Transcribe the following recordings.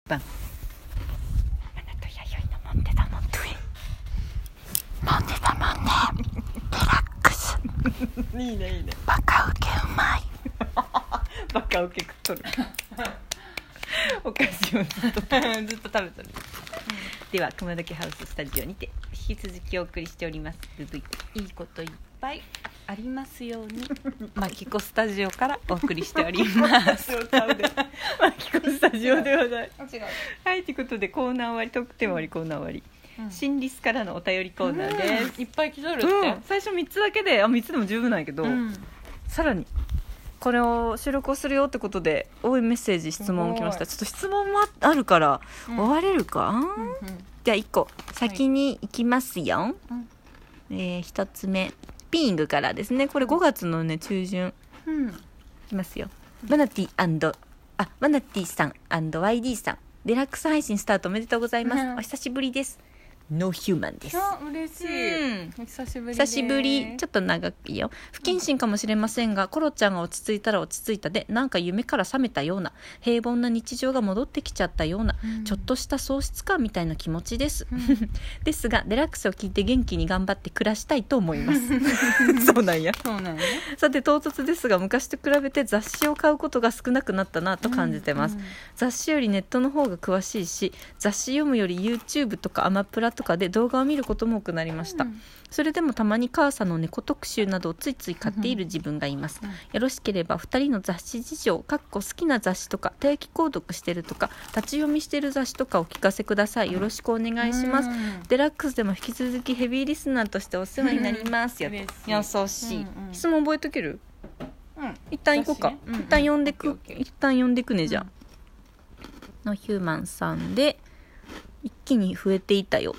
バン。マナと弥生のモンデダモンドゥエモンデダモンネデラックスいいねいいね。バカウケうまいバカウケ食っとるお菓子をずっと食べとる、では熊崎ハウススタジオにて引き続きお送りしております。いいこといっぱいありますようにマキコスタジオからお送りしておりますマキコスタジオではない。はい、ということでコーナー終わり、トークテーマ終わり、コーナー終わり、心リスからのお便りコーナーです。 いっぱい来とるって、 最初3つだけで3つでも十分ないけど、さらにこれを収録をするよってことで多いメッセージ質問を来ました。ちょっと質問もあるから終われるか、じゃあ1個先に行きますよ、1つ目ピーングからですね。これ5月のね中旬、いきますよ。マナティさん &YD さん、デラックス配信スタートおめでとうございます、お久しぶりです。ノーヒューマンです。 嬉しい、久しぶりです。 久しぶり。ちょっと長くいいよ。不謹慎かもしれませんが、コロちゃんが落ち着いたら落ち着いたで、なんか夢から覚めたような平凡な日常が戻ってきちゃったような、ちょっとした喪失感みたいな気持ちです、ですがデラックスを聞いて元気に頑張って暮らしたいと思いますそうなんや。さて唐突ですが、昔と比べて雑誌を買うことが少なくなったなと感じてます、雑誌よりネットの方が詳しいし、雑誌読むより YouTube とかアマプラとかで動画を見ることも多くなりました、それでもたまに母さんの猫特集などをついつい買っている自分がいます、よろしければ2人の雑誌事情好きな雑誌とか定期購読してるとか立ち読みしてる雑誌とかお聞かせください。よろしくお願いします、デラックスでも引き続きヘビーリスナーとしてお世話になりますよ、優しい、質問覚えとける、一旦行こうか、一旦読んでくね。じゃあのヒューマンさんで一気に増えていたよ、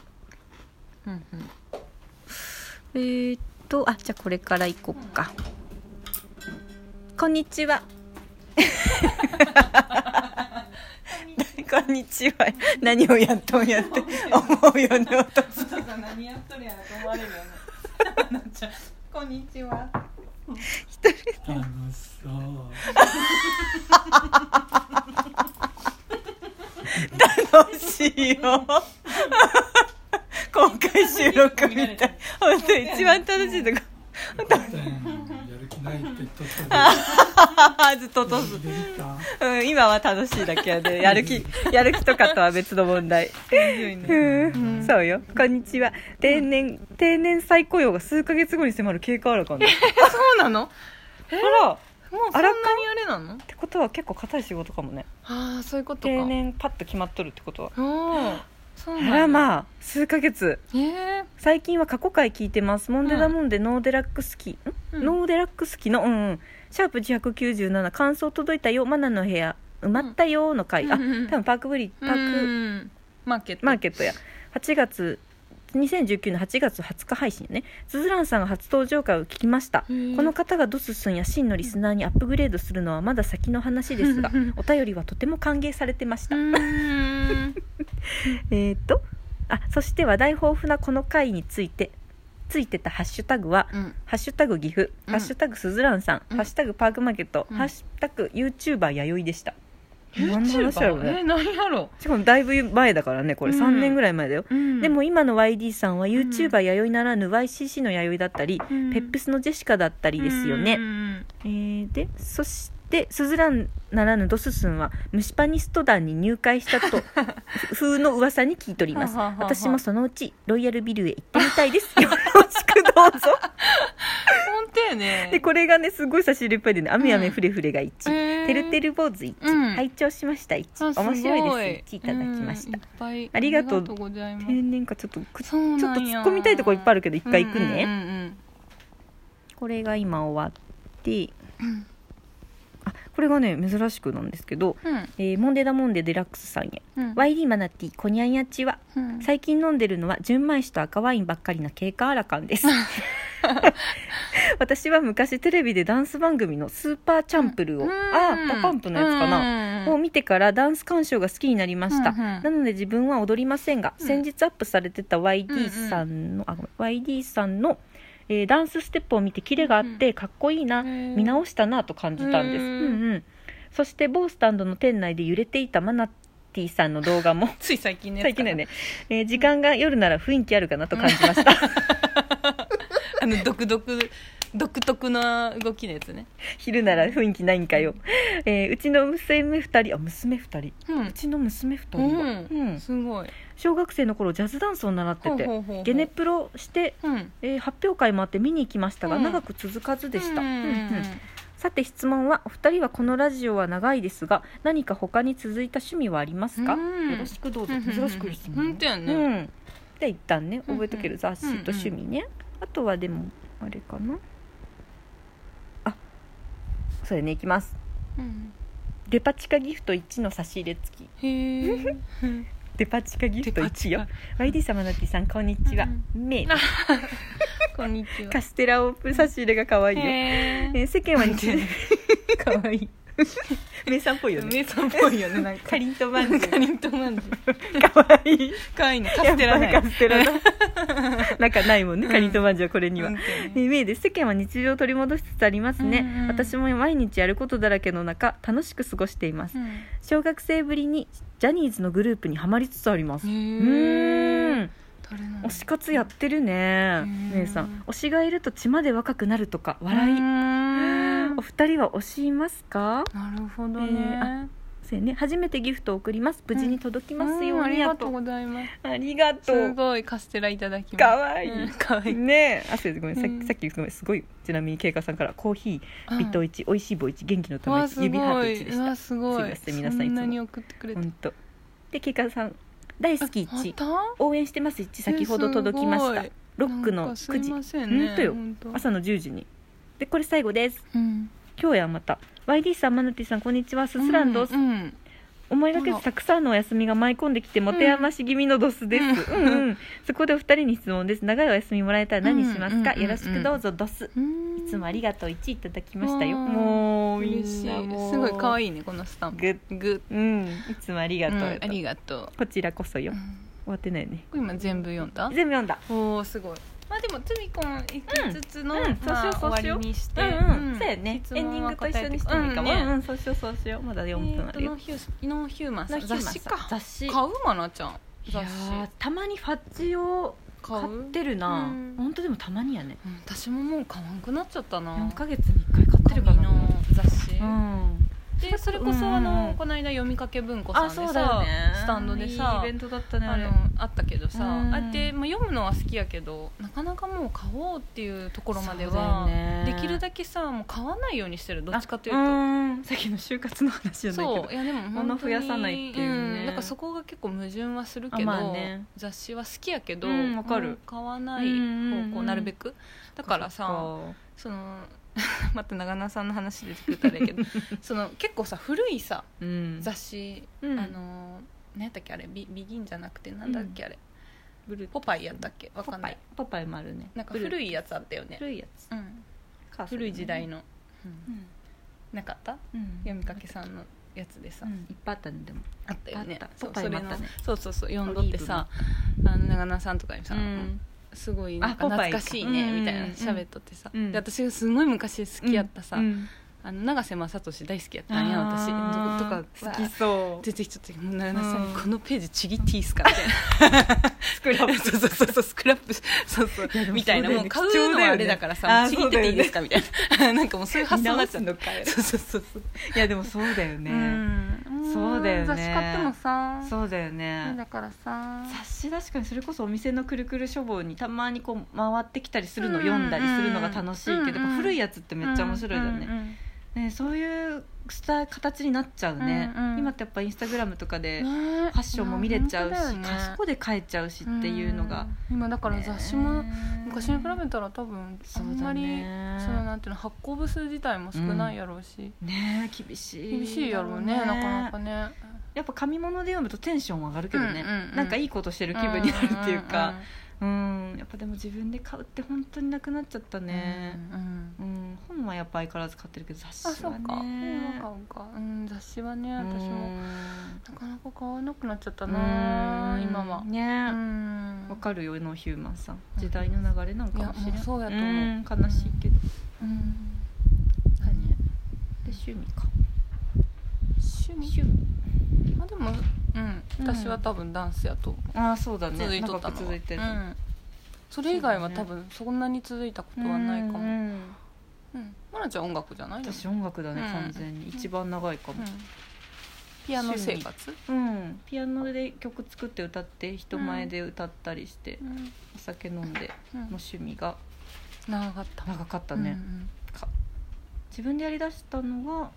じゃあこれから行こうか。こんにちはこんにちは。何をやっとんやって思うよね。お父さん何やっとるやろと思われるよねこんにちは。一人楽しそう楽しいよ公開収録みたい。本当一番楽しいとこやる気ないって言っとったずっと落とす、今は楽しいだけやで、やる気とかとは別の問題そうよ。こんにちは。定年再雇用が数ヶ月後に迫る経過あらかんそうなの？ ほら、もうそんなにあれなの？ ってことは結構硬い仕事かもね。 そういうことか。 定年パッと決まっとるってことは。 そうなんだ。あらまあ数ヶ月、最近は過去回聞いてます。モンデダモンデノーデラックス期、ノーデラックス期のシャープ197感想届いたよ、マナの部屋埋まったよの回、多分パークマーケットや2019年8月20日配信ね。ズズランさんが初登場回を聞きました。この方がドススンや真のリスナーにアップグレードするのはまだ先の話ですがお便りはとても歓迎されてましたそして話題豊富なこの回についてたハッシュタグは、ハッシュタグ岐阜、ハッシュタグスズランさん、ハッシュタグパークマーケット、ハッシュタグ YouTuber 弥生でした。何の話やろうね。 何やろう。 しかもだいぶ前だからね、これ3年ぐらい前だよ、でも今の YD さんは YouTuber 弥生ならぬ YCC の弥生だったり、ペップスのジェシカだったりですよね、でそしてスズランならぬドススンは虫パニスト団に入会したと風の噂に聞いております私もそのうちロイヤルビルへ行ってみたいですよろしくどうぞ本当やね。 でこれがねすごい差し入れいっぱいでね、あめあめふれふれが1、てるてる坊主1、拝聴しました1、面白いです1いただきました、ありがとうございます。天然かちょっと突っ込みたいところいっぱいあるけど一回行くね、これが今終わってこれがね珍しくなんですけど、モンデダモンデデラックスさんへ、YD マナティコニャンヤチは、最近飲んでるのは純米酒と赤ワインばっかりなケーカーラカンです私は昔テレビでダンス番組のスーパーチャンプルーを、ダパンプのやつかな、を見てからダンス鑑賞が好きになりました、なので自分は踊りませんが、先日アップされてた YD さんのダンスステップを見てキレがあってかっこいいな、見直したなと感じたんです、そして某スタンドの店内で揺れていたマナティさんの動画もつい最近のやつ最近だよね、時間が夜なら雰囲気あるかなと感じました独特な動きのやつね。 昼なら雰囲気ないんかよ、うちの娘2人娘2人、 うんうちの娘2人は、うんすごい。 小学生の頃ジャズダンスを習っててほうほうほうほうゲネプロして、 うん発表会もあって見に行きましたが、 うん長く続かずでした、 うんうんうんさて質問は、お二人はこのラジオは長いですが何か他に続いた趣味はありますか、 うんよろしくどうぞ。珍しく質問本当やね。 うん、で一旦ねうんうん覚えとける雑誌と趣味ね、あとはでもあれかな、あそれねいきます。 うんデパ地下ギフト1の差し入れ付き。 へえ。 デパ地下ギフト1よデパ。 YD 様の T さんこんにちは、メイこんにちは。 カステラを差し入れが可愛いよ、 へえ。 世間は日可愛い名産っぽいよね。 姉さんっぽいよね。なんかかりんとまんじゅうかりんとまんじゅう。 可愛いかわいいね。カステラない。 やっぱりカステラだなんかないもんね、かりんとまんじゅうはこれには、 本当にメイで世間は日常を取り戻しつつありますね、 うんうん私も毎日やることだらけの中楽しく過ごしています、 うん小学生ぶりにジャニーズのグループにはまりつつあります。 へうーーん誰なの？ 推し活やってるねん姉さん。推しがいると血まで若くなるとか笑い。 うーんお二人は推しいますか？ なるほどあね。 そうやね、初めてギフトを送ります。無事に届きますように、 ありがとうございます。 ありがとすう。 ごいカステラいただきます。 かわいい、 かわいい。 ねえ、あ、そうですごめん、 うんさっきごめん、すごい。ちなみにケイカさんからコーヒービットうん 1、おいしい棒1、元気のためわあすごい。 指ハート1でした。 わあすごい。 すいません皆さんいつもそんなに送ってくれて。 本当。でケイカさん大好き1、 あった応援してます1、先ほど届きました。ロックのなんかす 9時、 いませんね。 本当よ本当朝の10時に。でこれ最後です。 うん。 今日やまた YD さん、マナティさんこんにちは。ススランドス、 うん。 思いがけずたくさんのお休みが舞い込んできて持て余し気味のドスです、うんうん、そこでお二人に質問です。長いお休みもらえたら何しますか、 うんよろしくどうぞドス、 うんいつもありがとう1いただきましたよ。 わあもうみ嬉しい。 んなもうすごい可愛いねこのスタンプ。グうん、いつもありがとう、 ッ。ありがとこちらこそよ。 う。 終わってないよね。 今全部読んだ？ 全部読んだ。 おおすごい。まあでもつみこん行きつつの、 うんまあそうしよう終わりにして、 そうやね、エンディングと一緒にしてもいいかも、 ねそうしようそうしよう。まだ4分あるよ。 ノーヒューマンさん雑誌か。 雑誌買うまなちゃんい雑や誌ーたまにファッジを買ってるな、 うんほんとでもたまにやね。 うん私ももう買わんくなっちゃったな。 4ヶ月に1回買ってるかな。 紙の雑誌、 うんでそれこそこの間読みかけ文庫さんでそうだよさ、 ね、 スタンドでさいいイベントだったねあれ。 あったけどさ、 うんあえて、まあ、読むのは好きやけどなかなかもう買おうっていうところまでそうだよは、 ねできるだけさもう買わないようにしてる。どっちかというとうんさっきの就活の話じゃないけどそういやでも本当に物増やさないっていうねなんかそこが結構矛盾はするけど、 まあね雑誌は好きやけど、 わかるもう買わない方向なるべくだからさそのまた長菜さんの話出てくるとあれやけどその結構さ古いさうん雑誌、 うん何やったっけあれビギンじゃなくてなんだっけあれ、ポパイやったっけわかんないポパイもあるね。 なんか古いやつあったよね、 古いやつ、 うん、古い時代の、 うんなかった読みかけさんのやつでさ、 いっぱいあったねでも。 あったよねあったそうポパイもあったねそれのそう読んどってさ長菜さんとかにさ、すごいなんかあポパイ懐かしいねうんみたいな喋っとってさ、 うんで私がすごい昔好きやったさ、 うん永瀬正敏大好きやったんや私あーとか好きそう。 出てきちゃったけど長菜さんにうんこのページちぎっていいっすかみたいなスクラップそうスクラップそういやでもみたいなそうだよねもう買うのはあれだからさあーもうちぎってていいですかみたいななんかもうそういう発想になっちゃった見直すのかよそういやでもそうだよね、そうだよね雑誌買ってもさそうだよね。 だからさ雑誌確かにそれこそお店のくるくる書房にたまにこう回ってきたりするの読んだりするのが楽しいけど、やっぱ古いやつってめっちゃ面白いじゃんね、ね、そういう形になっちゃうね、 うんうん今ってやっぱインスタグラムとかでフファッションも見れちゃうし、 そそこで買えちゃうしっていうのが、 今だから雑誌もね昔に比べたら多分あんまりそのなんていうの発行部数自体も少ないやろうし、 ねえ厳しい厳しいやろうねなかなかね。 やっぱ紙物で読むとテンション上がるけどね、 うんうんうんなんかいいことしてる気分になるっていうか、やっぱでも自分で買うって本当になくなっちゃったね、本はやっぱ相変わらず買ってるけど雑誌はねあそうか本は買うか、雑誌はね私もなかなか買わなくなっちゃったな今はねわかるよノーヒューマンさん時代の流れなんかもしれない。 いやもうそうやと思う悲しいけど、 だねで趣味か趣味趣味でも私は多分ダンスやと思う。 ああそうだね、 続いとったのは長く続いてる、 それ以外は多分そんなに続いたことはないかも。 うんまなちゃん音楽じゃない？ 私音楽だね、完全に一番長いかも、 ピアノ生活？ ピアノで曲作って歌って人前で歌ったりして、お酒飲んでの趣味が長かったね、自分でやりだしたのが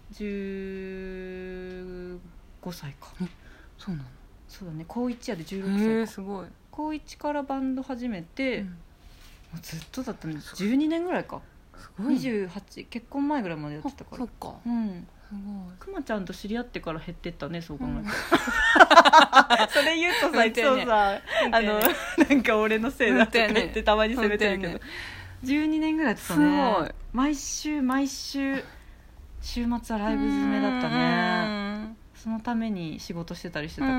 15歳か。 そうなの？ そうだね、高1やで16歳か。 すごい。 高1からバンド始めて、もうずっとだったね、12年ぐらいか。 すごい、 28、結婚前ぐらいまでやってたから。 そっか、 すごい。くまちゃんと知り合ってから減ってったね、そう考えたら、それ言うとさ、いつもさ、なんか俺のせいだとか言ってたまに責めてるけど、12年ぐらいやってたね。すごい。毎週週末はライブ詰めだったね。そのために仕事してたりしてたから、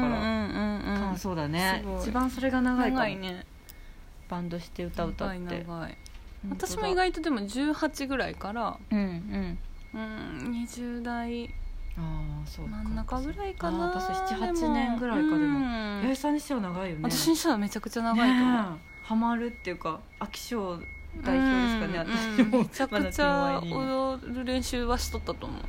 そうだね、一番それが長いかも。長いね、バンドして歌って。長い。 私も意外とでも18ぐらいから20代真ん中ぐらいかな。 私 7,8 年ぐらいか。でも八重さんにしては長いよね。 私にしてはめちゃくちゃ長いと思う。 ハマるっていうか、飽き性代表ですかね、私も。 めちゃくちゃ踊る練習はしとったと思う。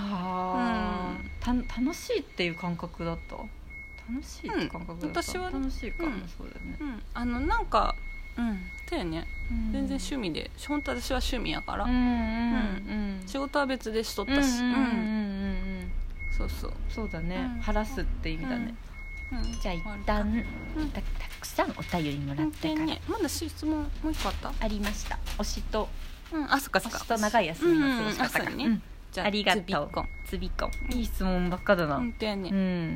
楽しいっていう感覚だった。楽しいって感覚だった。 私は楽しいかも。そうだね、 なんかだよね、全然趣味で、本当私は趣味やから、仕事は別でしとったし、 そうだね、晴らすって意味だね。じゃあ一旦たくさんお便りもらったから、 まだ質問もう一個あった？ ありました。推しと推しと長い休みの過ごし方か。 じゃあありがとう。つびこん、いい質問ばっかだな。